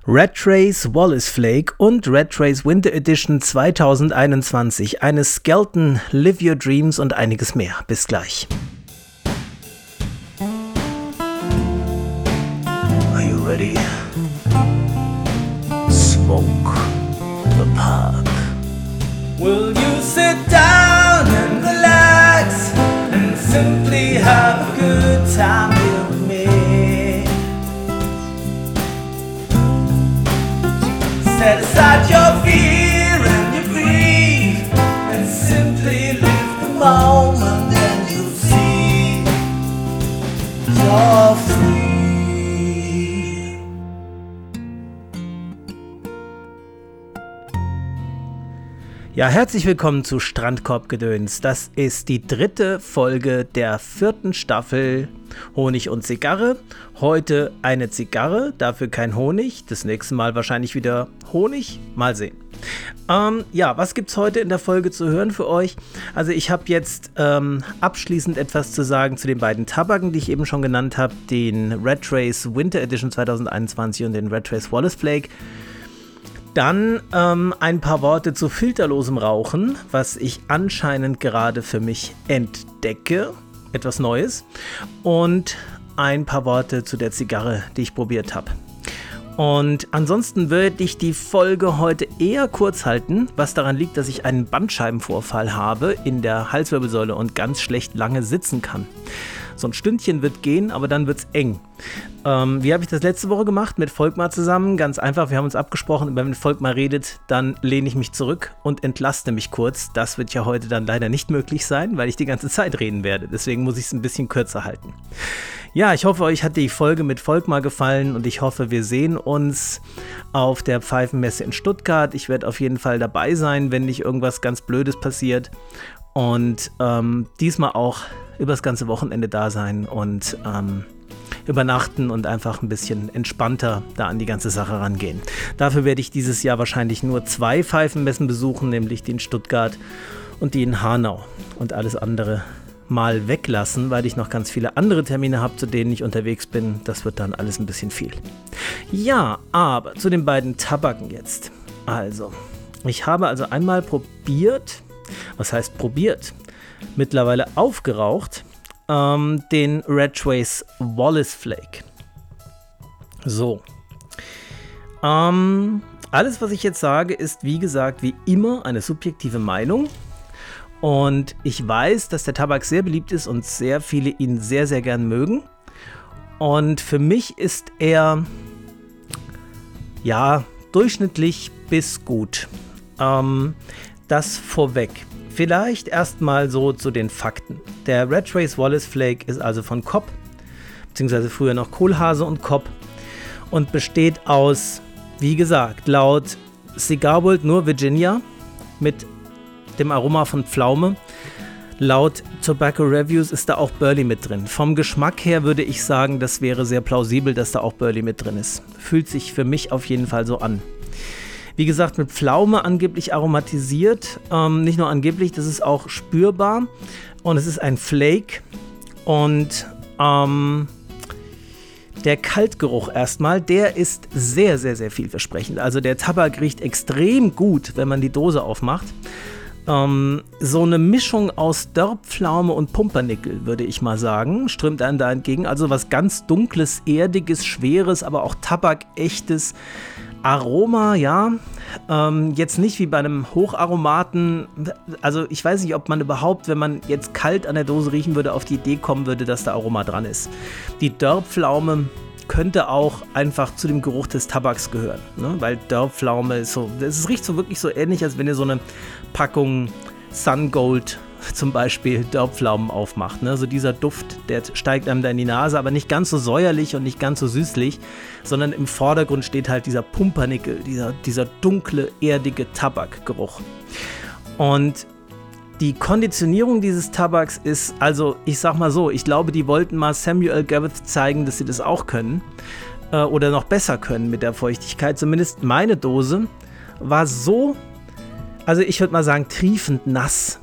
Red Trace Wallace Flake und Red Trace Winter Edition 2021. Eine Skelton, Live Your Dreams und einiges mehr. Bis gleich. Are you ready? Smoke the park. Will you sit down and relax and simply have a good time here with me? Set aside your fear and your grief and simply live the moment and you'll see you're free. Ja, herzlich willkommen zu Strandkorbgedöns. Das ist die 3. Folge der 4. Staffel Honig und Zigarre. Heute eine Zigarre, dafür kein Honig. Das nächste Mal wahrscheinlich wieder Honig. Mal sehen. Was gibt's heute in der Folge zu hören für euch? Also ich habe jetzt abschließend etwas zu sagen zu den beiden Tabaken, die ich eben schon genannt habe. Den Red Trace Winter Edition 2021 und den Red Trace Wallace Flake. Dann ein paar Worte zu filterlosem Rauchen, was ich anscheinend gerade für mich entdecke. Etwas Neues. Und ein paar Worte zu der Zigarre, die ich probiert habe. Und ansonsten würde ich die Folge heute eher kurz halten, was daran liegt, dass ich einen Bandscheibenvorfall habe in der Halswirbelsäule und ganz schlecht lange sitzen kann. So ein Stündchen wird gehen, aber dann wird's eng. Wie habe ich das letzte Woche gemacht? Mit Volkmar zusammen. Ganz einfach, wir haben uns abgesprochen, wenn Volkmar redet, dann lehne ich mich zurück und entlaste mich kurz. Das wird ja heute dann leider nicht möglich sein, weil ich die ganze Zeit reden werde. Deswegen muss ich es ein bisschen kürzer halten. Ja, ich hoffe, euch hat die Folge mit Volkmar gefallen und ich hoffe, wir sehen uns auf der Pfeifenmesse in Stuttgart. Ich werde auf jeden Fall dabei sein, wenn nicht irgendwas ganz Blödes passiert. Und diesmal auch übers ganze Wochenende da sein und übernachten und einfach ein bisschen entspannter da an die ganze Sache rangehen. Dafür werde ich dieses Jahr wahrscheinlich nur 2 Pfeifenmessen besuchen, nämlich die in Stuttgart und die in Hanau. Und alles andere mal weglassen, weil ich noch ganz viele andere Termine habe, zu denen ich unterwegs bin. Das wird dann alles ein bisschen viel. Ja, aber zu den beiden Tabaken jetzt. Also, ich habe also einmal probiert, was heißt probiert? Mittlerweile aufgeraucht, den Red Trace Wallace Flake. So. Alles, was ich jetzt sage, ist wie gesagt wie immer eine subjektive Meinung. Und ich weiß, dass der Tabak sehr beliebt ist und sehr viele ihn sehr, sehr gern mögen. Und für mich ist er, ja, durchschnittlich bis gut. Das vorweg. Vielleicht erstmal so zu den Fakten. Der Red Trace Wallace Flake ist also von Cobb, beziehungsweise früher noch Kohlhase und Cobb und besteht aus, wie gesagt, laut Cigar World nur Virginia mit dem Aroma von Pflaume. Laut Tobacco Reviews ist da auch Burley mit drin. Vom Geschmack her würde ich sagen, das wäre sehr plausibel, dass da auch Burley mit drin ist. Fühlt sich für mich auf jeden Fall so an. Wie gesagt, mit Pflaume angeblich aromatisiert. Nicht nur angeblich, das ist auch spürbar. Und es ist ein Flake. Und der Kaltgeruch erstmal, der ist sehr, sehr, sehr vielversprechend. Also der Tabak riecht extrem gut, wenn man die Dose aufmacht. So eine Mischung aus Dörrpflaume und Pumpernickel, würde ich mal sagen, strömt einem da entgegen. Also was ganz Dunkles, Erdiges, Schweres, aber auch Tabak-echtes Aroma, ja. Jetzt nicht wie bei einem Hocharomaten. Also ich weiß nicht, ob man überhaupt, wenn man jetzt kalt an der Dose riechen würde, auf die Idee kommen würde, dass da Aroma dran ist. Die Dörrpflaume könnte auch einfach zu dem Geruch des Tabaks gehören, ne? Weil Dörrpflaume ist so, es riecht so wirklich so ähnlich, als wenn ihr so eine Packung Sun Gold zum Beispiel Dörrpflaumen aufmacht, ne? So dieser Duft, der steigt einem da in die Nase, aber nicht ganz so säuerlich und nicht ganz so süßlich, sondern im Vordergrund steht halt dieser Pumpernickel, dieser dunkle, erdige Tabakgeruch. Und die Konditionierung dieses Tabaks ist, also ich sag mal so, ich glaube, die wollten mal Samuel Gareth zeigen, dass sie das auch können oder noch besser können mit der Feuchtigkeit. Zumindest meine Dose war so, also ich würde mal sagen, triefend nass,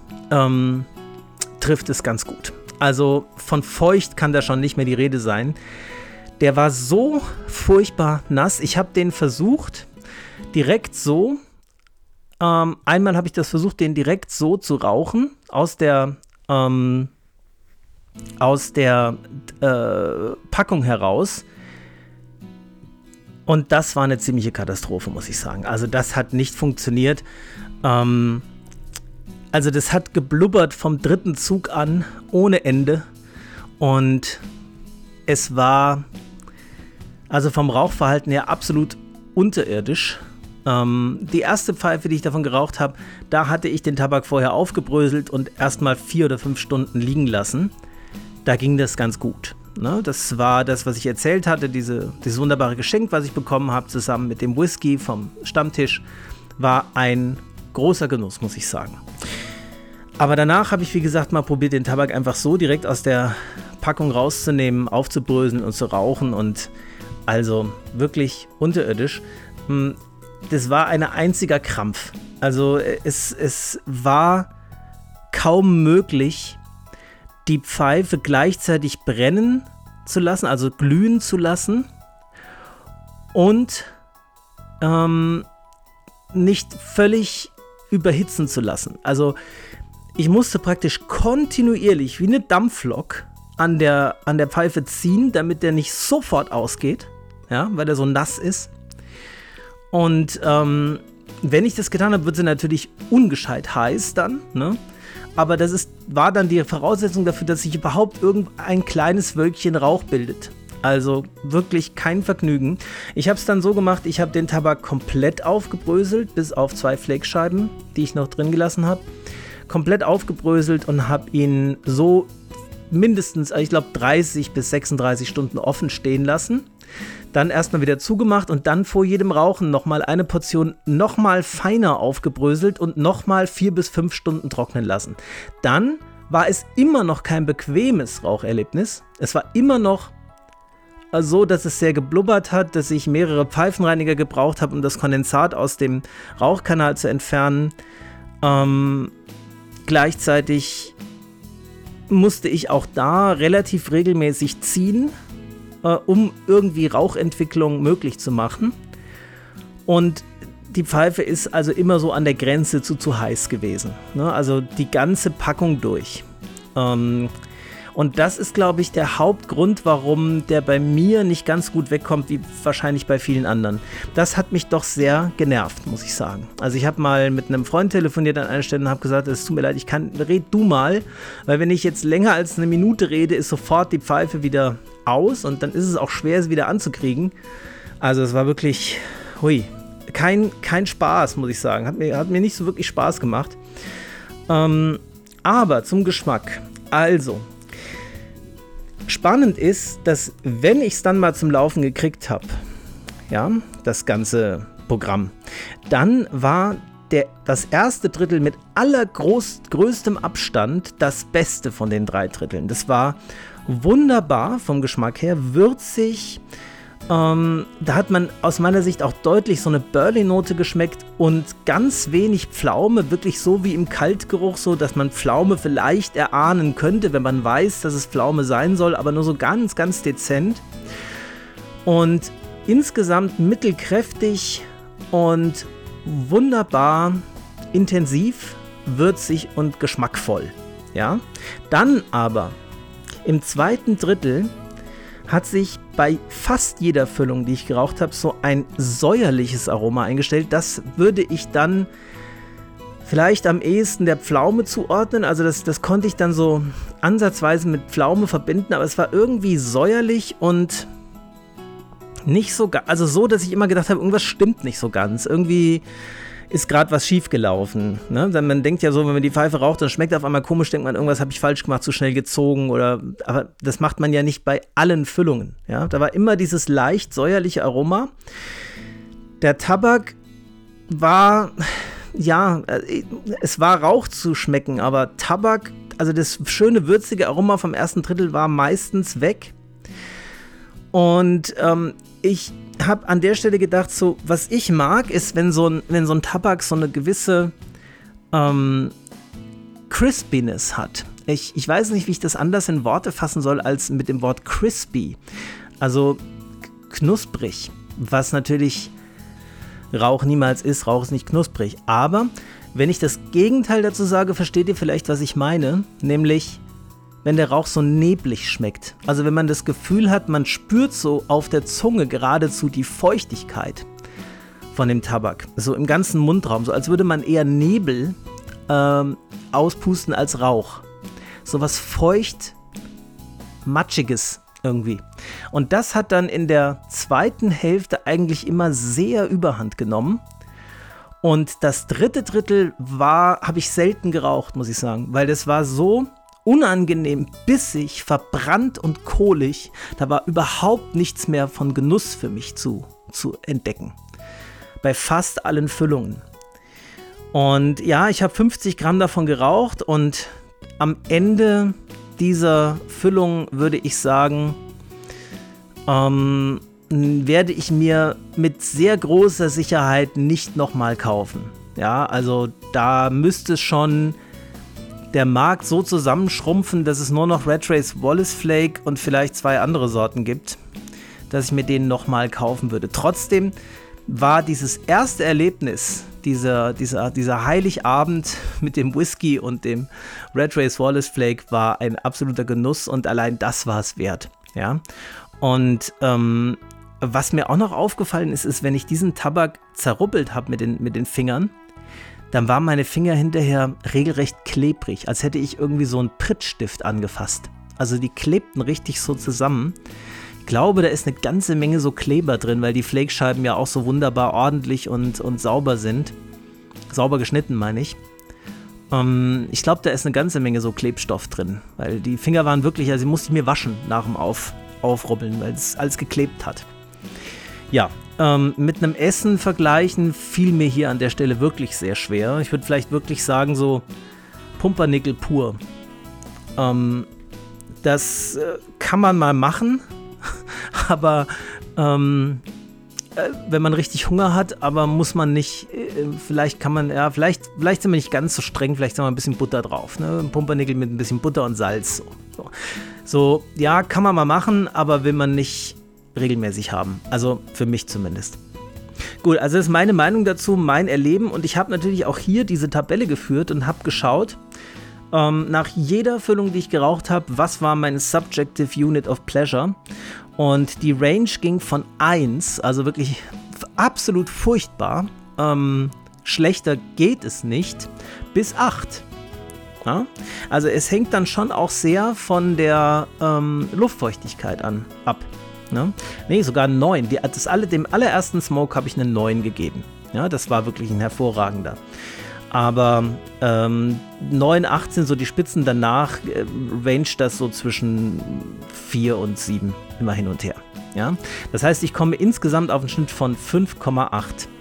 trifft es ganz gut. Also von feucht kann da schon nicht mehr die Rede sein. Der war so furchtbar nass. Ich habe den versucht, direkt so, einmal habe ich das versucht, den direkt so zu rauchen, aus der Packung heraus. Und das war eine ziemliche Katastrophe, muss ich sagen. Also das hat nicht funktioniert. Also das hat geblubbert vom 3. Zug an, ohne Ende. Und es war also vom Rauchverhalten her absolut unterirdisch. Die erste Pfeife, die ich davon geraucht habe, da hatte ich den Tabak vorher aufgebröselt und erstmal 4 oder 5 Stunden liegen lassen. Da ging das ganz gut. Ne? Das war das, was ich erzählt hatte, dieses wunderbare Geschenk, was ich bekommen habe, zusammen mit dem Whisky vom Stammtisch, war ein großer Genuss, muss ich sagen. Aber danach habe ich, wie gesagt, mal probiert, den Tabak einfach so direkt aus der Packung rauszunehmen, aufzubröseln und zu rauchen, und also wirklich unterirdisch. Das war ein einziger Krampf. Also es war kaum möglich, die Pfeife gleichzeitig brennen zu lassen, also glühen zu lassen und nicht völlig überhitzen zu lassen. Also ich musste praktisch kontinuierlich wie eine Dampflok an der Pfeife ziehen, damit der nicht sofort ausgeht, ja, weil der so nass ist. Und wenn ich das getan habe, wird sie natürlich ungescheit heiß dann, ne? Aber das war dann die Voraussetzung dafür, dass sich überhaupt irgendein kleines Wölkchen Rauch bildet. Also wirklich kein Vergnügen. Ich habe es dann so gemacht, ich habe den Tabak komplett aufgebröselt, bis auf 2 Flakscheiben, die ich noch drin gelassen habe. Komplett aufgebröselt und habe ihn so mindestens, ich glaube, 30 bis 36 Stunden offen stehen lassen. Dann erstmal wieder zugemacht und dann vor jedem Rauchen nochmal eine Portion nochmal feiner aufgebröselt und nochmal 4 bis 5 Stunden trocknen lassen. Dann war es immer noch kein bequemes Raucherlebnis. Es war immer noch so, dass es sehr geblubbert hat, dass ich mehrere Pfeifenreiniger gebraucht habe, um das Kondensat aus dem Rauchkanal zu entfernen. Gleichzeitig musste ich auch da relativ regelmäßig ziehen, um irgendwie Rauchentwicklung möglich zu machen. Und die Pfeife ist also immer so an der Grenze zu heiß gewesen. Ne? Also die ganze Packung durch. Und das ist, glaube ich, der Hauptgrund, warum der bei mir nicht ganz gut wegkommt, wie wahrscheinlich bei vielen anderen. Das hat mich doch sehr genervt, muss ich sagen. Also ich habe mal mit einem Freund telefoniert an einer Stelle und habe gesagt, es tut mir leid, red du mal, weil wenn ich jetzt länger als eine Minute rede, ist sofort die Pfeife wieder aus und dann ist es auch schwer, sie wieder anzukriegen. Also es war wirklich, kein Spaß, muss ich sagen. Hat mir nicht so wirklich Spaß gemacht. Aber zum Geschmack. Also, spannend ist, dass wenn ich es dann mal zum Laufen gekriegt habe, ja, das ganze Programm, dann war das erste Drittel mit allergrößtem Abstand das Beste von den 3 Dritteln. Das war wunderbar vom Geschmack her, würzig. Da hat man aus meiner Sicht auch deutlich so eine Burley-Note geschmeckt und ganz wenig Pflaume, wirklich so wie im Kaltgeruch, so dass man Pflaume vielleicht erahnen könnte, wenn man weiß, dass es Pflaume sein soll, aber nur so ganz, ganz dezent. Und insgesamt mittelkräftig und wunderbar intensiv, würzig und geschmackvoll. Ja? Dann aber im zweiten Drittel hat sich bei fast jeder Füllung, die ich geraucht habe, so ein säuerliches Aroma eingestellt. Das würde ich dann vielleicht am ehesten der Pflaume zuordnen. Also das konnte ich dann so ansatzweise mit Pflaume verbinden, aber es war irgendwie säuerlich und nicht so, also so, dass ich immer gedacht habe, irgendwas stimmt nicht so ganz. Irgendwie ist gerade was schief gelaufen. Ne? Man denkt ja so, wenn man die Pfeife raucht, dann schmeckt auf einmal komisch, denkt man, irgendwas habe ich falsch gemacht, zu schnell gezogen aber das macht man ja nicht bei allen Füllungen. Ja? Da war immer dieses leicht säuerliche Aroma. Der Tabak war, ja, es war Rauch zu schmecken, aber Tabak, also das schöne würzige Aroma vom ersten Drittel war meistens weg. Und ich habe an der Stelle gedacht, so, was ich mag, ist, wenn so ein Tabak so eine gewisse Crispiness hat. Ich weiß nicht, wie ich das anders in Worte fassen soll, als mit dem Wort crispy. Also knusprig, was natürlich Rauch niemals ist. Rauch ist nicht knusprig. Aber wenn ich das Gegenteil dazu sage, versteht ihr vielleicht, was ich meine? Nämlich, wenn der Rauch so neblig schmeckt. Also wenn man das Gefühl hat, man spürt so auf der Zunge geradezu die Feuchtigkeit von dem Tabak. So im ganzen Mundraum. So als würde man eher Nebel auspusten als Rauch. So was feucht, matschiges irgendwie. Und das hat dann in der zweiten Hälfte eigentlich immer sehr Überhand genommen. Und das dritte Drittel habe ich selten geraucht, muss ich sagen, weil das war so unangenehm, bissig, verbrannt und kohlig. Da war überhaupt nichts mehr von Genuss für mich zu entdecken. Bei fast allen Füllungen. Und ja, ich habe 50 Gramm davon geraucht und am Ende dieser Füllung würde ich sagen, werde ich mir mit sehr großer Sicherheit nicht nochmal kaufen. Ja, also da müsste schon der Markt so zusammenschrumpfen, dass es nur noch Red Trace Wallace Flake und vielleicht 2 andere Sorten gibt, dass ich mir den nochmal kaufen würde. Trotzdem war dieses erste Erlebnis, dieser Heiligabend mit dem Whisky und dem Red Trace Wallace Flake war ein absoluter Genuss und allein das war es wert. Ja? Und was mir auch noch aufgefallen ist, wenn ich diesen Tabak zerrubbelt habe mit den Fingern, dann waren meine Finger hinterher regelrecht klebrig, als hätte ich irgendwie so einen Prittstift angefasst. Also die klebten richtig so zusammen. Ich glaube, da ist eine ganze Menge so Kleber drin, weil die Flakescheiben ja auch so wunderbar ordentlich und sauber sind. Sauber geschnitten, meine ich. Ich glaube, da ist eine ganze Menge so Klebstoff drin, weil die Finger waren wirklich, also die musste ich mir waschen nach dem Aufrubbeln, weil es alles geklebt hat. Ja, mit einem Essen vergleichen fiel mir hier an der Stelle wirklich sehr schwer. Ich würde vielleicht wirklich sagen, so Pumpernickel pur. Das kann man mal machen, aber wenn man richtig Hunger hat, aber muss man nicht, vielleicht sind wir nicht ganz so streng, vielleicht sagen wir ein bisschen Butter drauf. Ne? Pumpernickel mit ein bisschen Butter und Salz. So, ja, kann man mal machen, aber will man nicht regelmäßig haben. Also für mich zumindest. Gut, also das ist meine Meinung dazu, mein Erleben. Und ich habe natürlich auch hier diese Tabelle geführt und habe geschaut, nach jeder Füllung, die ich geraucht habe, was war mein Subjective Unit of Pleasure. Und die Range ging von 1, also wirklich absolut furchtbar, schlechter geht es nicht, bis 8. Ja? Also es hängt dann schon auch sehr von der Luftfeuchtigkeit ab. Ne? Nee, sogar 9. Dem allerersten Smoke habe ich eine 9 gegeben. Ja, das war wirklich ein hervorragender. Aber 9, 18, so die Spitzen danach, range das so zwischen 4 und 7 immer hin und her. Ja? Das heißt, ich komme insgesamt auf einen Schnitt von 5,8.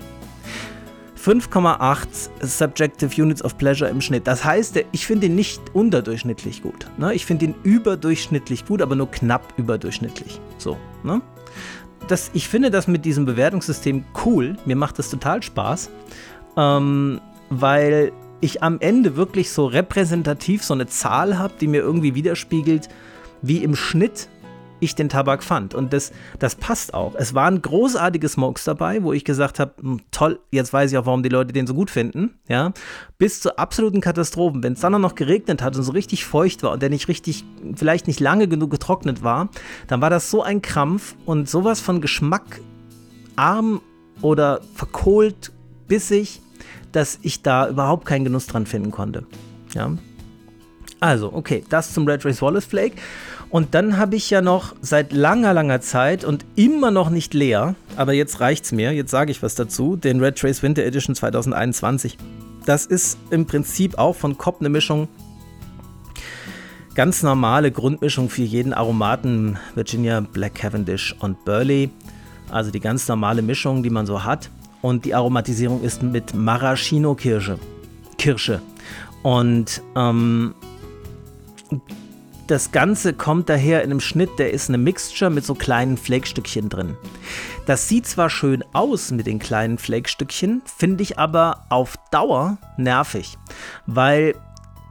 5,8 Subjective Units of Pleasure im Schnitt. Das heißt, ich finde ihn nicht unterdurchschnittlich gut. Ne? Ich finde ihn überdurchschnittlich gut, aber nur knapp überdurchschnittlich. So, ne? Ich finde das mit diesem Bewertungssystem cool. Mir macht das total Spaß. Weil ich am Ende wirklich so repräsentativ so eine Zahl habe, die mir irgendwie widerspiegelt, wie im Schnitt ich den Tabak fand. Und das passt auch. Es waren großartige Smokes dabei, wo ich gesagt habe, toll, jetzt weiß ich auch, warum die Leute den so gut finden. Ja? Bis zu absoluten Katastrophen. Wenn es dann noch geregnet hat und so richtig feucht war und der vielleicht nicht lange genug getrocknet war, dann war das so ein Krampf und sowas von Geschmack arm oder verkohlt, bissig, dass ich da überhaupt keinen Genuss dran finden konnte. Ja? Also, okay, das zum Red Trace Wallace Flake. Und dann habe ich ja noch seit langer, langer Zeit und immer noch nicht leer, aber jetzt reicht's mir, jetzt sage ich was dazu, den Red Trace Winter Edition 2021. Das ist im Prinzip auch von Cobb eine Mischung, ganz normale Grundmischung für jeden Aromaten, Virginia, Black Cavendish und Burley. Also die ganz normale Mischung, die man so hat. Und die Aromatisierung ist mit Maraschino-Kirsche. Und das Ganze kommt daher in einem Schnitt, der ist eine Mixture mit so kleinen Flakestückchen drin. Das sieht zwar schön aus mit den kleinen Flakestückchen, finde ich aber auf Dauer nervig, weil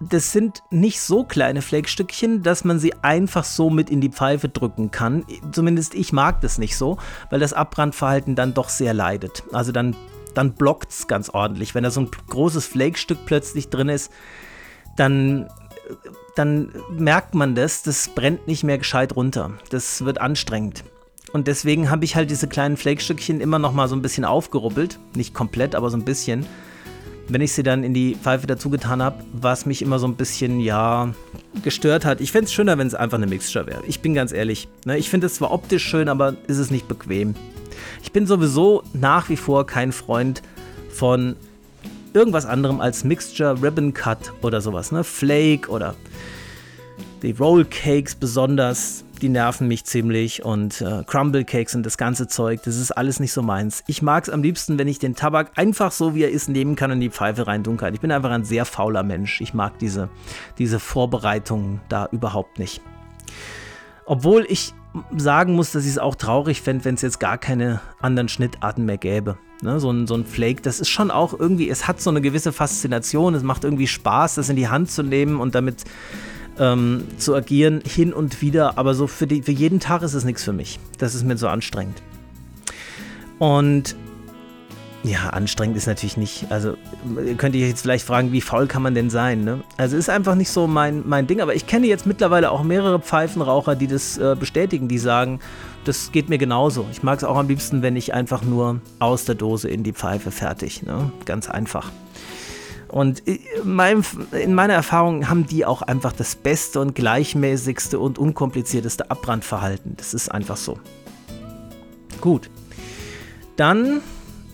das sind nicht so kleine Flakestückchen, dass man sie einfach so mit in die Pfeife drücken kann. Zumindest ich mag das nicht so, weil das Abbrandverhalten dann doch sehr leidet. Also dann blockt es ganz ordentlich. Wenn da so ein großes Flakestück plötzlich drin ist, dann merkt man das brennt nicht mehr gescheit runter. Das wird anstrengend. Und deswegen habe ich halt diese kleinen Flakestückchen immer noch mal so ein bisschen aufgerubbelt. Nicht komplett, aber so ein bisschen. Wenn ich sie dann in die Pfeife dazu getan habe, was mich immer so ein bisschen, gestört hat. Ich fände es schöner, wenn es einfach eine Mixture wäre. Ich bin ganz ehrlich. Ne? Ich finde es zwar optisch schön, aber ist es nicht bequem. Ich bin sowieso nach wie vor kein Freund von irgendwas anderem als Mixture, Ribbon Cut oder sowas. Ne? Flake oder die Roll Cakes besonders. Die nerven mich ziemlich und Crumble Cakes und das ganze Zeug, das ist alles nicht so meins. Ich mag es am liebsten, wenn ich den Tabak einfach so, wie er ist, nehmen kann und in die Pfeife reintun kann. Ich bin einfach ein sehr fauler Mensch. Ich mag diese Vorbereitungen da überhaupt nicht. Obwohl ich sagen muss, dass ich es auch traurig fände, wenn es jetzt gar keine anderen Schnittarten mehr gäbe. Ne? So ein Flake, das ist schon auch irgendwie, es hat so eine gewisse Faszination, es macht irgendwie Spaß, das in die Hand zu nehmen und damit zu agieren, hin und wieder, aber so für jeden Tag ist es nichts für mich. Das ist mir so anstrengend. Und ja, anstrengend ist natürlich nicht, also könnt ihr jetzt vielleicht fragen, wie faul kann man denn sein, ne? Also ist einfach nicht so mein Ding, aber ich kenne jetzt mittlerweile auch mehrere Pfeifenraucher, die das bestätigen, die sagen, das geht mir genauso. Ich mag es auch am liebsten, wenn ich einfach nur aus der Dose in die Pfeife fertig, ne? Ganz einfach. Und in meiner Erfahrung haben die auch einfach das beste und gleichmäßigste und unkomplizierteste Abbrandverhalten. Das ist einfach so. Gut. Dann,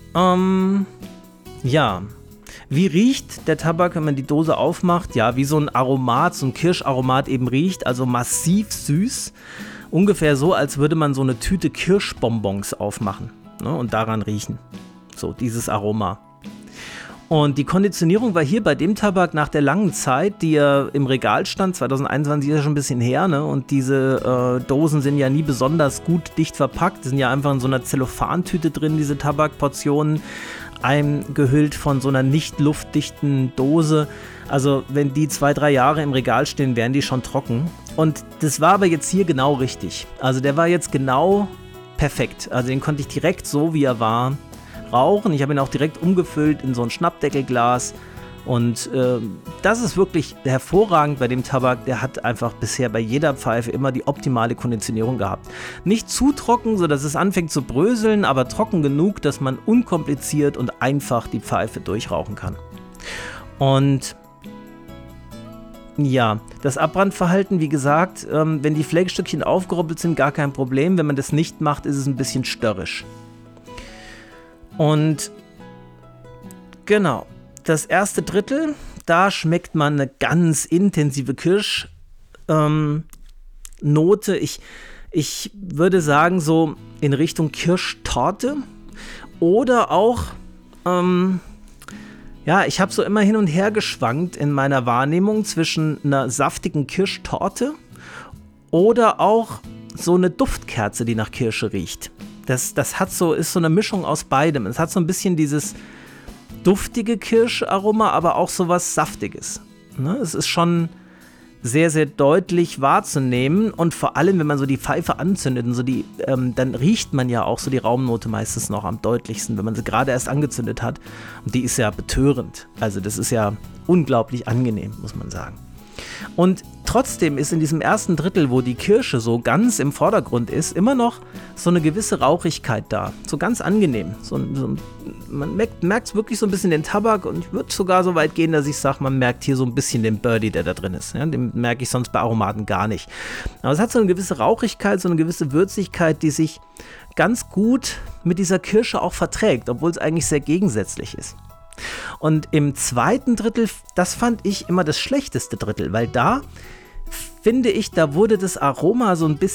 wie riecht der Tabak, wenn man die Dose aufmacht? Ja, wie so ein Aromat, so ein Kirscharomat eben riecht, also massiv süß. Ungefähr so, als würde man so eine Tüte Kirschbonbons aufmachen, ne, und daran riechen. So, dieses Aroma. Und die Konditionierung war hier bei dem Tabak nach der langen Zeit, die ja im Regal stand, 2021 ist ja schon ein bisschen her, ne? Und diese Dosen sind ja nie besonders gut dicht verpackt, die sind ja einfach in so einer Zellophantüte drin, diese Tabakportionen, eingehüllt von so einer nicht luftdichten Dose. Also wenn die 2-3 Jahre im Regal stehen, wären die schon trocken. Und das war aber jetzt hier genau richtig. Also der war jetzt genau perfekt. Also den konnte ich direkt so, wie er war, rauchen. Ich habe ihn auch direkt umgefüllt in so ein Schnappdeckelglas und das ist wirklich hervorragend bei dem Tabak. Der hat einfach bisher bei jeder Pfeife immer die optimale Konditionierung gehabt. Nicht zu trocken, sodass es anfängt zu bröseln, aber trocken genug, dass man unkompliziert und einfach die Pfeife durchrauchen kann. Und ja, das Abbrandverhalten, wie gesagt, wenn die Flakestückchen aufgerubbelt sind, gar kein Problem. Wenn man das nicht macht, ist es ein bisschen störrisch. Und genau, das erste Drittel, da schmeckt man eine ganz intensive Kirschnote. Ich würde sagen, so in Richtung Kirschtorte. Oder auch, ich habe so immer hin und her geschwankt in meiner Wahrnehmung zwischen einer saftigen Kirschtorte oder auch so eine Duftkerze, die nach Kirsche riecht. Das ist so eine Mischung aus beidem. Es hat so ein bisschen dieses duftige Kirscharoma, aber auch so was Saftiges. Ne? Es ist schon sehr, sehr deutlich wahrzunehmen und vor allem, wenn man so die Pfeife anzündet und so dann riecht man ja auch so die Raumnote meistens noch am deutlichsten, wenn man sie gerade erst angezündet hat. Und die ist ja betörend. Also das ist ja unglaublich angenehm, muss man sagen. Und trotzdem ist in diesem ersten Drittel, wo die Kirsche so ganz im Vordergrund ist, immer noch so eine gewisse Rauchigkeit da. So ganz angenehm. Man merkt wirklich so ein bisschen den Tabak und ich würde sogar so weit gehen, dass ich sage, man merkt hier so ein bisschen den Birdie, der da drin ist. Ja, den merke ich sonst bei Aromaten gar nicht. Aber es hat so eine gewisse Rauchigkeit, so eine gewisse Würzigkeit, die sich ganz gut mit dieser Kirsche auch verträgt, obwohl es eigentlich sehr gegensätzlich ist. Und im zweiten Drittel, das fand ich immer das schlechteste Drittel, weil da, finde ich, da wurde das Aroma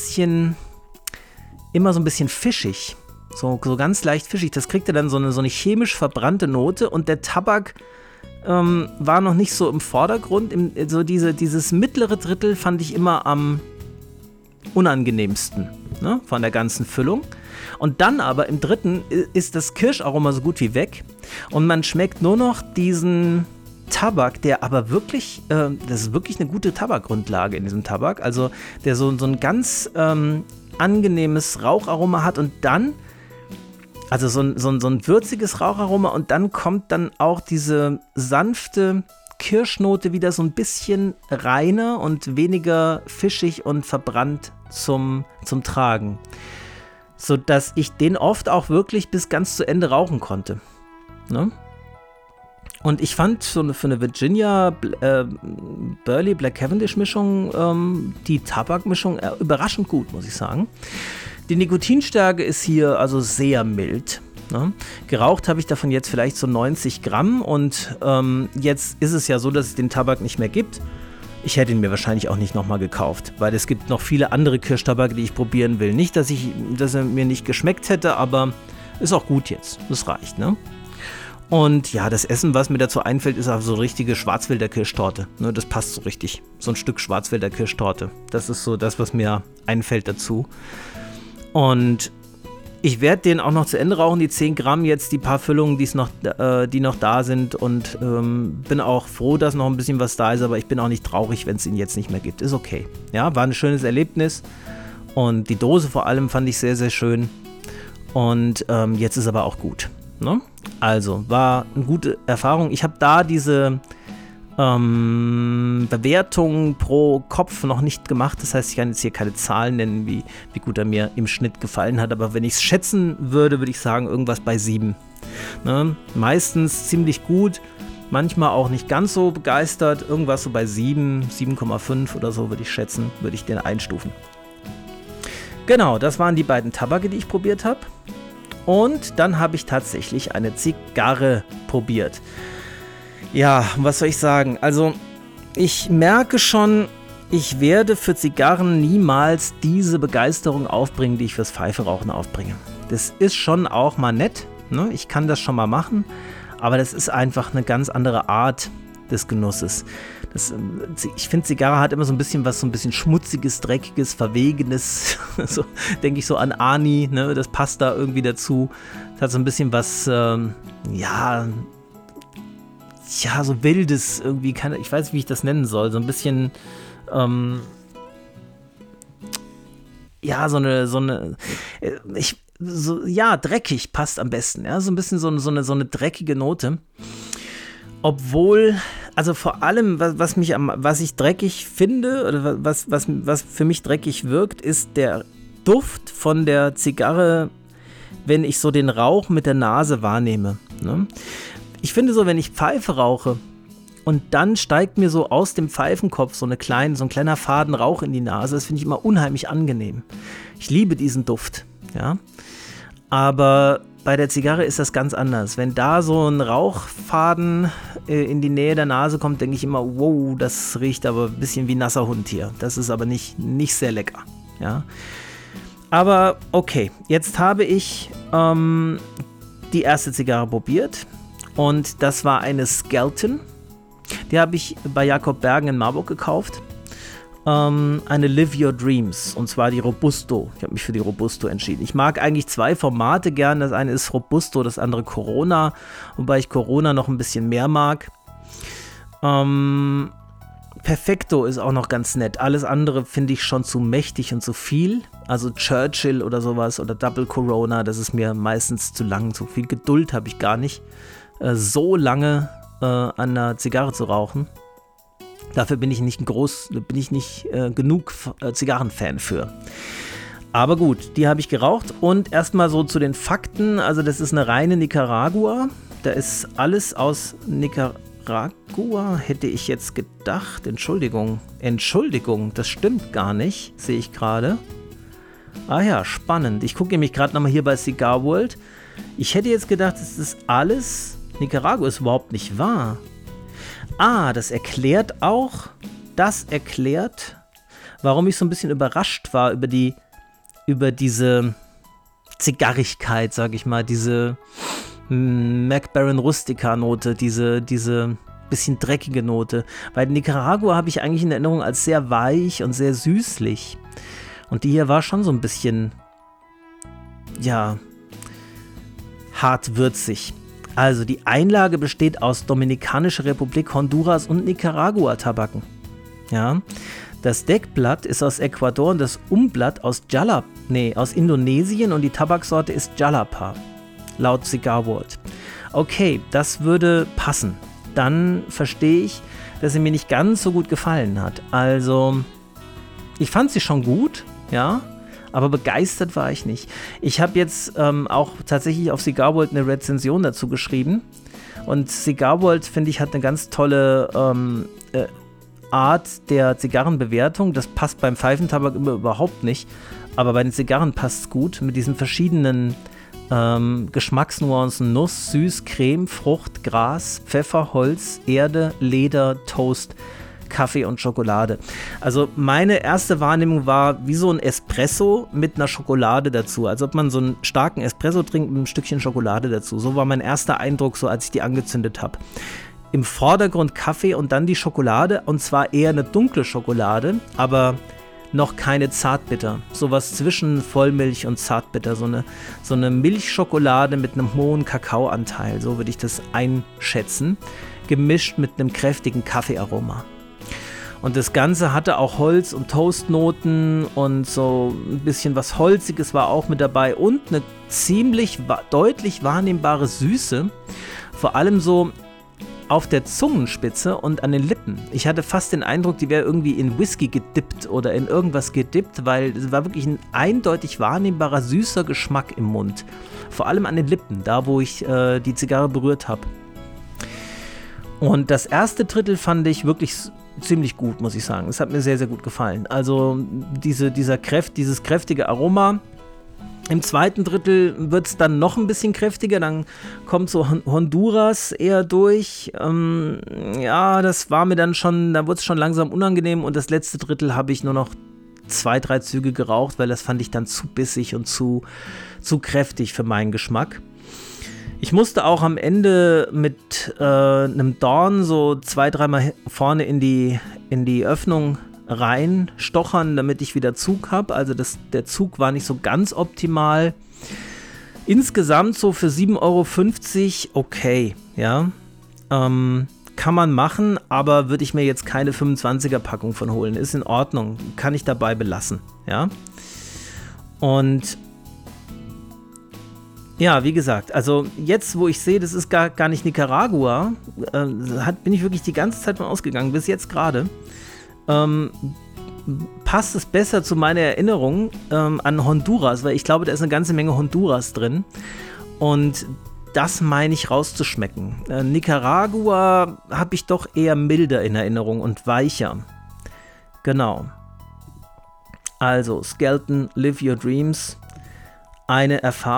immer so ein bisschen fischig, so ganz leicht fischig. Das kriegte dann so eine chemisch verbrannte Note und der Tabak war noch nicht so im Vordergrund. Dieses mittlere Drittel fand ich immer am unangenehmsten, ne, von der ganzen Füllung. Und dann aber im dritten ist das Kirscharoma so gut wie weg und man schmeckt nur noch diesen Tabak, der aber wirklich, das ist wirklich eine gute Tabakgrundlage in diesem Tabak, also der so ein ganz angenehmes Raucharoma hat und dann, also so ein würziges Raucharoma und dann kommt dann auch diese sanfte Kirschnote wieder so ein bisschen reiner und weniger fischig und verbrannt zum Tragen, sodass ich den oft auch wirklich bis ganz zu Ende rauchen konnte. Ne? Und ich fand für eine Virginia Burley Black Cavendish Mischung die Tabakmischung überraschend gut, muss ich sagen. Die Nikotinstärke ist hier also sehr mild. Ne? Geraucht habe ich davon jetzt vielleicht so 90 Gramm und jetzt ist es ja so, dass es den Tabak nicht mehr gibt. Ich hätte ihn mir wahrscheinlich auch nicht nochmal gekauft, weil es gibt noch viele andere Kirschtabak, die ich probieren will. Nicht, dass er mir nicht geschmeckt hätte, aber ist auch gut jetzt. Das reicht, ne? Und ja, das Essen, was mir dazu einfällt, ist auch so richtige Schwarzwälder Kirschtorte. Ne, das passt so richtig. So ein Stück Schwarzwälder Kirschtorte. Das ist so das, was mir einfällt dazu. Und ich werde den auch noch zu Ende rauchen, die 10 Gramm jetzt, die paar Füllungen, die noch da sind. Und bin auch froh, dass noch ein bisschen was da ist, aber ich bin auch nicht traurig, wenn es ihn jetzt nicht mehr gibt. Ist okay. Ja, war ein schönes Erlebnis. Und die Dose vor allem fand ich sehr, sehr schön. Und jetzt ist aber auch gut. Ne? Also, war eine gute Erfahrung. Ich habe da diese Bewertung pro Kopf noch nicht gemacht. Das heißt, ich kann jetzt hier keine Zahlen nennen, wie gut er mir im Schnitt gefallen hat. Aber wenn ich es schätzen würde, würde ich sagen, irgendwas bei 7. Ne? Meistens ziemlich gut, manchmal auch nicht ganz so begeistert. Irgendwas so bei 7, 7,5 oder so würde ich schätzen, würde ich den einstufen. Genau, das waren die beiden Tabake, die ich probiert habe. Und dann habe ich tatsächlich eine Zigarre probiert. Ja, was soll ich sagen? Also, ich merke schon, ich werde für Zigarren niemals diese Begeisterung aufbringen, die ich fürs Pfeiferauchen aufbringe. Das ist schon auch mal nett, ne? Ich kann das schon mal machen, aber das ist einfach eine ganz andere Art des Genusses. Ich finde, Zigarre hat immer so ein bisschen was, so ein bisschen Schmutziges, Dreckiges, Verwegenes. So denke ich so an Ani, ne? Das passt da irgendwie dazu. Es hat so ein bisschen was, so Wildes irgendwie. Ich weiß nicht, wie ich das nennen soll. So ein bisschen, dreckig passt am besten. Ja? So ein bisschen so eine dreckige Note. Obwohl, also vor allem, was ich dreckig finde, oder was für mich dreckig wirkt, ist der Duft von der Zigarre, wenn ich so den Rauch mit der Nase wahrnehme. Ne? Ich finde so, wenn ich Pfeife rauche und dann steigt mir so aus dem Pfeifenkopf so ein kleiner Faden Rauch in die Nase, das finde ich immer unheimlich angenehm. Ich liebe diesen Duft, ja. Aber bei der Zigarre ist das ganz anders. Wenn da so ein Rauchfaden in die Nähe der Nase kommt, denke ich immer, wow, das riecht aber ein bisschen wie nasser Hund hier. Das ist aber nicht sehr lecker. Ja? Aber okay, jetzt habe ich die erste Zigarre probiert und das war eine Skelton. Die habe ich bei Jakob Bergen in Marburg gekauft. Eine Live Your Dreams, und zwar die Robusto. Ich habe mich für die Robusto entschieden. Ich mag eigentlich 2 Formate gern. Das eine ist Robusto, das andere Corona, wobei ich Corona noch ein bisschen mehr mag. Perfecto ist auch noch ganz nett. Alles andere finde ich schon zu mächtig und zu viel. Also Churchill oder sowas oder Double Corona, das ist mir meistens zu lang. So viel Geduld habe ich gar nicht, so lange an einer Zigarre zu rauchen. Dafür bin ich nicht genug Zigarrenfan für. Aber gut, die habe ich geraucht. Und erstmal so zu den Fakten. Also das ist eine reine Nicaragua. Da ist alles aus Nicaragua, hätte ich jetzt gedacht. Entschuldigung, das stimmt gar nicht, sehe ich gerade. Ah ja, spannend. Ich gucke nämlich gerade nochmal hier bei Cigar World. Ich hätte jetzt gedacht, das ist alles Nicaragua. Ist überhaupt nicht wahr. Das erklärt, warum ich so ein bisschen überrascht war über diese Zigarrigkeit, sag ich mal, diese Mac Baren Rustica Note, diese bisschen dreckige Note. Weil Nicaragua habe ich eigentlich in Erinnerung als sehr weich und sehr süßlich. Und die hier war schon so ein bisschen, hart würzig. Also die Einlage besteht aus Dominikanische Republik, Honduras und Nicaragua-Tabaken. Ja, das Deckblatt ist aus Ecuador und das Umblatt aus Indonesien und die Tabaksorte ist Jalapa, laut Cigar World. Okay, das würde passen. Dann verstehe ich, dass sie mir nicht ganz so gut gefallen hat. Also, ich fand sie schon gut, ja, aber begeistert war ich nicht. Ich habe jetzt auch tatsächlich auf Cigar World eine Rezension dazu geschrieben. Und Cigar World, finde ich, hat eine ganz tolle Art der Zigarrenbewertung. Das passt beim Pfeifentabak überhaupt nicht. Aber bei den Zigarren passt es gut mit diesen verschiedenen Geschmacksnuancen: Nuss, Süß, Creme, Frucht, Gras, Pfeffer, Holz, Erde, Leder, Toast, Kaffee und Schokolade. Also meine erste Wahrnehmung war wie so ein Espresso mit einer Schokolade dazu. Als ob man so einen starken Espresso trinkt mit einem Stückchen Schokolade dazu. So war mein erster Eindruck, so als ich die angezündet habe. Im Vordergrund Kaffee und dann die Schokolade, und zwar eher eine dunkle Schokolade, aber noch keine Zartbitter. Sowas zwischen Vollmilch und Zartbitter. So eine Milchschokolade mit einem hohen Kakaoanteil. So würde ich das einschätzen. Gemischt mit einem kräftigen Kaffeearoma. Und das Ganze hatte auch Holz- und Toastnoten und so ein bisschen was Holziges war auch mit dabei. Und eine ziemlich deutlich wahrnehmbare Süße. Vor allem so auf der Zungenspitze und an den Lippen. Ich hatte fast den Eindruck, die wäre irgendwie in Whisky gedippt oder in irgendwas gedippt, weil es war wirklich ein eindeutig wahrnehmbarer, süßer Geschmack im Mund. Vor allem an den Lippen, da wo ich die Zigarre berührt habe. Und das erste Drittel fand ich wirklich ziemlich gut, muss ich sagen. Es hat mir sehr, sehr gut gefallen. Also dieses kräftige Aroma. Im zweiten Drittel wird es dann noch ein bisschen kräftiger, dann kommt so Honduras eher durch. Ja, das war mir dann schon, da wurde es schon langsam unangenehm, und das letzte Drittel habe ich nur noch 2-3 Züge geraucht, weil das fand ich dann zu bissig und zu kräftig für meinen Geschmack. Ich musste auch am Ende mit einem Dorn so 2-3 Mal vorne in die Öffnung reinstochern, damit ich wieder Zug habe. Also der Zug war nicht so ganz optimal. Insgesamt so für 7,50 € okay, ja. Kann man machen, aber würde ich mir jetzt keine 25er-Packung von holen. Ist in Ordnung, kann ich dabei belassen, ja. Und ja, wie gesagt, also jetzt, wo ich sehe, das ist gar nicht Nicaragua, bin ich wirklich die ganze Zeit von ausgegangen, bis jetzt gerade. Passt es besser zu meiner Erinnerung an Honduras, weil ich glaube, da ist eine ganze Menge Honduras drin, und das meine ich rauszuschmecken. Nicaragua habe ich doch eher milder in Erinnerung und weicher. Genau. Also, Skelton, Live Your Dreams. Eine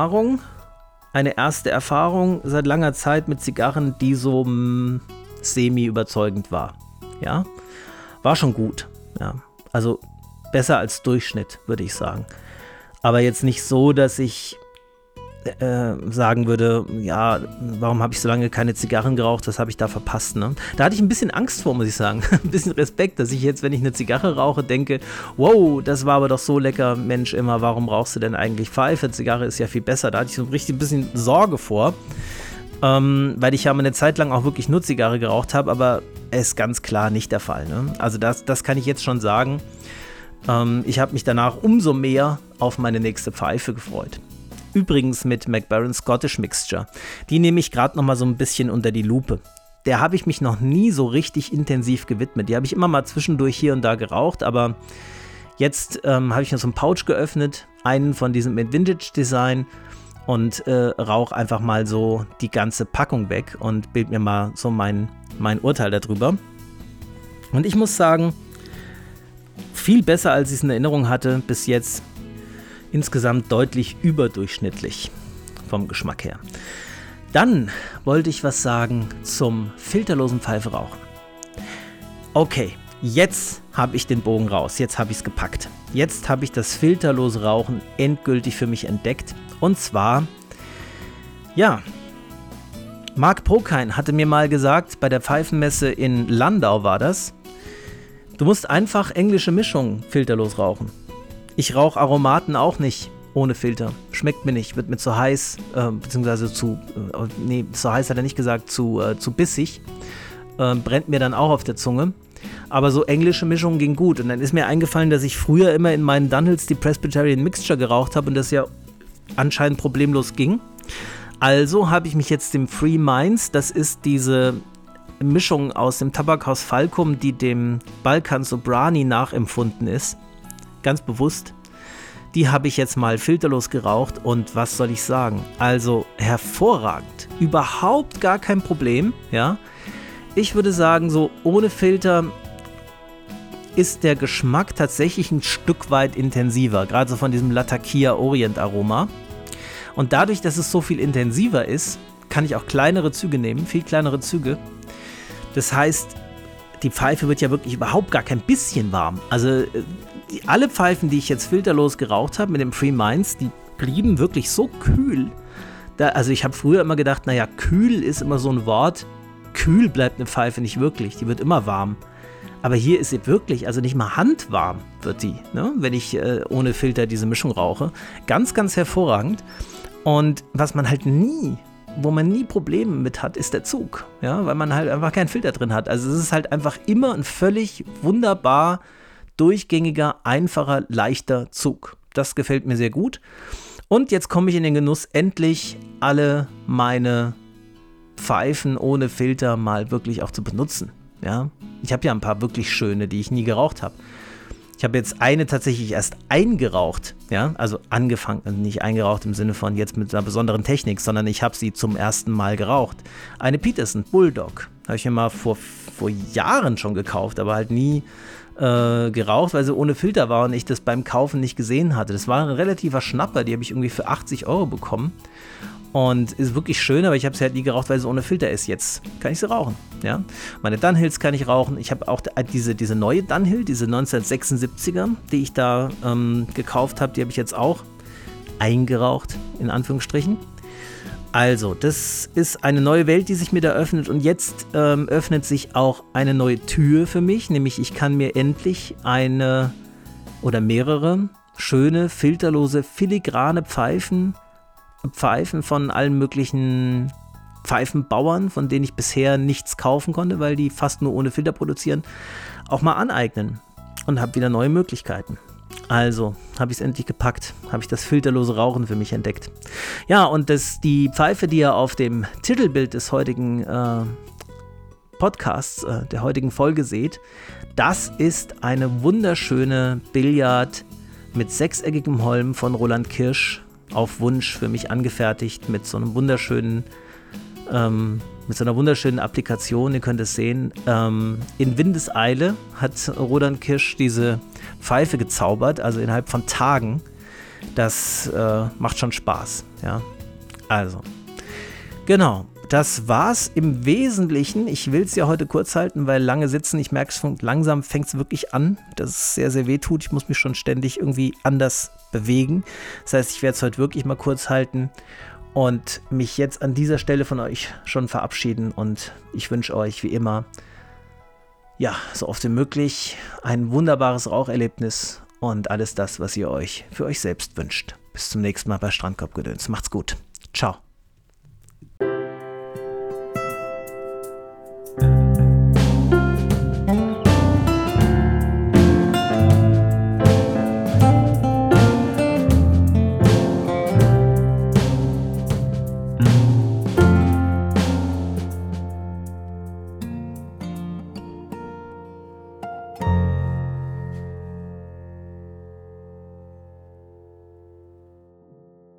erste Erfahrung seit langer Zeit mit Zigarren, die so semi-überzeugend war. Ja. War schon gut, ja. Also besser als Durchschnitt, würde ich sagen. Aber jetzt nicht so, dass ich sagen würde, ja, warum habe ich so lange keine Zigarren geraucht, was habe ich da verpasst, ne? Da hatte ich ein bisschen Angst vor, muss ich sagen. Ein bisschen Respekt, dass ich jetzt, wenn ich eine Zigarre rauche, denke, wow, das war aber doch so lecker, Mensch, immer, warum rauchst du denn eigentlich Pfeife? Zigarre ist ja viel besser. Da hatte ich so richtig ein bisschen Sorge vor, weil ich ja mal eine Zeit lang auch wirklich nur Zigarre geraucht habe, aber es ist ganz klar nicht der Fall, ne? Also das kann ich jetzt schon sagen. Ich habe mich danach umso mehr auf meine nächste Pfeife gefreut. Übrigens mit Mac Baren Scottish Mixture. Die nehme ich gerade noch mal so ein bisschen unter die Lupe. Der habe ich mich noch nie so richtig intensiv gewidmet. Die habe ich immer mal zwischendurch hier und da geraucht, aber jetzt habe ich mir so einen Pouch geöffnet, einen von diesem mit Vintage Design, und rauche einfach mal so die ganze Packung weg und bild mir mal so mein Urteil darüber. Und ich muss sagen, viel besser, als ich es in Erinnerung hatte bis jetzt. Insgesamt deutlich überdurchschnittlich vom Geschmack her. Dann wollte ich was sagen zum filterlosen Pfeiferauchen. Okay, jetzt habe ich den Bogen raus, jetzt habe ich es gepackt. Jetzt habe ich das filterlose Rauchen endgültig für mich entdeckt. Und zwar, ja, Mark Prokein hatte mir mal gesagt, bei der Pfeifenmesse in Landau war das, du musst einfach englische Mischungen filterlos rauchen. Ich rauche Aromaten auch nicht ohne Filter. Schmeckt mir nicht, wird mir zu heiß, beziehungsweise zu heiß hat er nicht gesagt, zu bissig. Brennt mir dann auch auf der Zunge. Aber so englische Mischungen ging gut. Und dann ist mir eingefallen, dass ich früher immer in meinen Dunhills die Presbyterian Mixture geraucht habe und das ja anscheinend problemlos ging. Also habe ich mich jetzt dem Free Minds, das ist diese Mischung aus dem Tabakhaus Falcum, die dem Balkan Sobrani nachempfunden ist, ganz bewusst, die habe ich jetzt mal filterlos geraucht und was soll ich sagen? Also hervorragend, überhaupt gar kein Problem, ja. Ich würde sagen, so ohne Filter ist der Geschmack tatsächlich ein Stück weit intensiver, gerade so von diesem Latakia Orient Aroma. Und dadurch, dass es so viel intensiver ist, kann ich auch kleinere Züge nehmen, viel kleinere Züge. Das heißt, die Pfeife wird ja wirklich überhaupt gar kein bisschen warm. Also alle Pfeifen, die ich jetzt filterlos geraucht habe mit dem Free Minds, die blieben wirklich so kühl. Also ich habe früher immer gedacht, naja, kühl ist immer so ein Wort. Kühl bleibt eine Pfeife nicht wirklich, die wird immer warm. Aber hier ist sie wirklich, also nicht mal handwarm wird die, ne? Wenn ich ohne Filter diese Mischung rauche. Ganz, ganz hervorragend. Und was man halt wo man nie Probleme mit hat, ist der Zug. Ja, weil man halt einfach keinen Filter drin hat. Also es ist halt einfach immer ein völlig wunderbar durchgängiger, einfacher, leichter Zug. Das gefällt mir sehr gut. Und jetzt komme ich in den Genuss, endlich alle meine Pfeifen ohne Filter mal wirklich auch zu benutzen. Ja, ich habe ja ein paar wirklich schöne, die ich nie geraucht habe. Ich habe jetzt eine tatsächlich erst eingeraucht, ja, also angefangen, nicht eingeraucht im Sinne von jetzt mit einer besonderen Technik, sondern ich habe sie zum ersten Mal geraucht. Eine Peterson Bulldog, habe ich mir mal vor Jahren schon gekauft, aber halt nie geraucht, weil sie ohne Filter war und ich das beim Kaufen nicht gesehen hatte. Das war ein relativer Schnapper, die habe ich irgendwie für 80 € bekommen. Und ist wirklich schön, aber ich habe sie halt nie geraucht, weil sie ohne Filter ist. Jetzt kann ich sie rauchen. Ja? Meine Dunhills kann ich rauchen. Ich habe auch diese neue Dunhill, diese 1976er, die ich da gekauft habe, die habe ich jetzt auch eingeraucht, in Anführungsstrichen. Also, das ist eine neue Welt, die sich mir da öffnet. Und jetzt öffnet sich auch eine neue Tür für mich. Nämlich, ich kann mir endlich eine oder mehrere schöne, filterlose, filigrane Pfeifen von allen möglichen Pfeifenbauern, von denen ich bisher nichts kaufen konnte, weil die fast nur ohne Filter produzieren, auch mal aneignen und habe wieder neue Möglichkeiten. Also habe ich es endlich gepackt, habe ich das filterlose Rauchen für mich entdeckt. Ja, und die Pfeife, die ihr auf dem Titelbild des heutigen Podcasts, der heutigen Folge seht, das ist eine wunderschöne Billard mit sechseckigem Holm von Roland Kirsch, auf Wunsch für mich angefertigt mit so einer wunderschönen Applikation, ihr könnt es sehen. In Windeseile hat Roland Kirsch diese Pfeife gezaubert, also innerhalb von Tagen. Das macht schon Spaß, ja. Also, genau, das war's im Wesentlichen. Ich will es ja heute kurz halten, weil lange sitzen, ich merke es, langsam fängt es wirklich an, dass es sehr, sehr weh tut. Ich muss mich schon ständig irgendwie anders bewegen. Das heißt, ich werde es heute wirklich mal kurz halten und mich jetzt an dieser Stelle von euch schon verabschieden. Und ich wünsche euch wie immer, ja, so oft wie möglich ein wunderbares Raucherlebnis und alles das, was ihr euch für euch selbst wünscht. Bis zum nächsten Mal bei Strandkorbgedöns. Macht's gut. Ciao.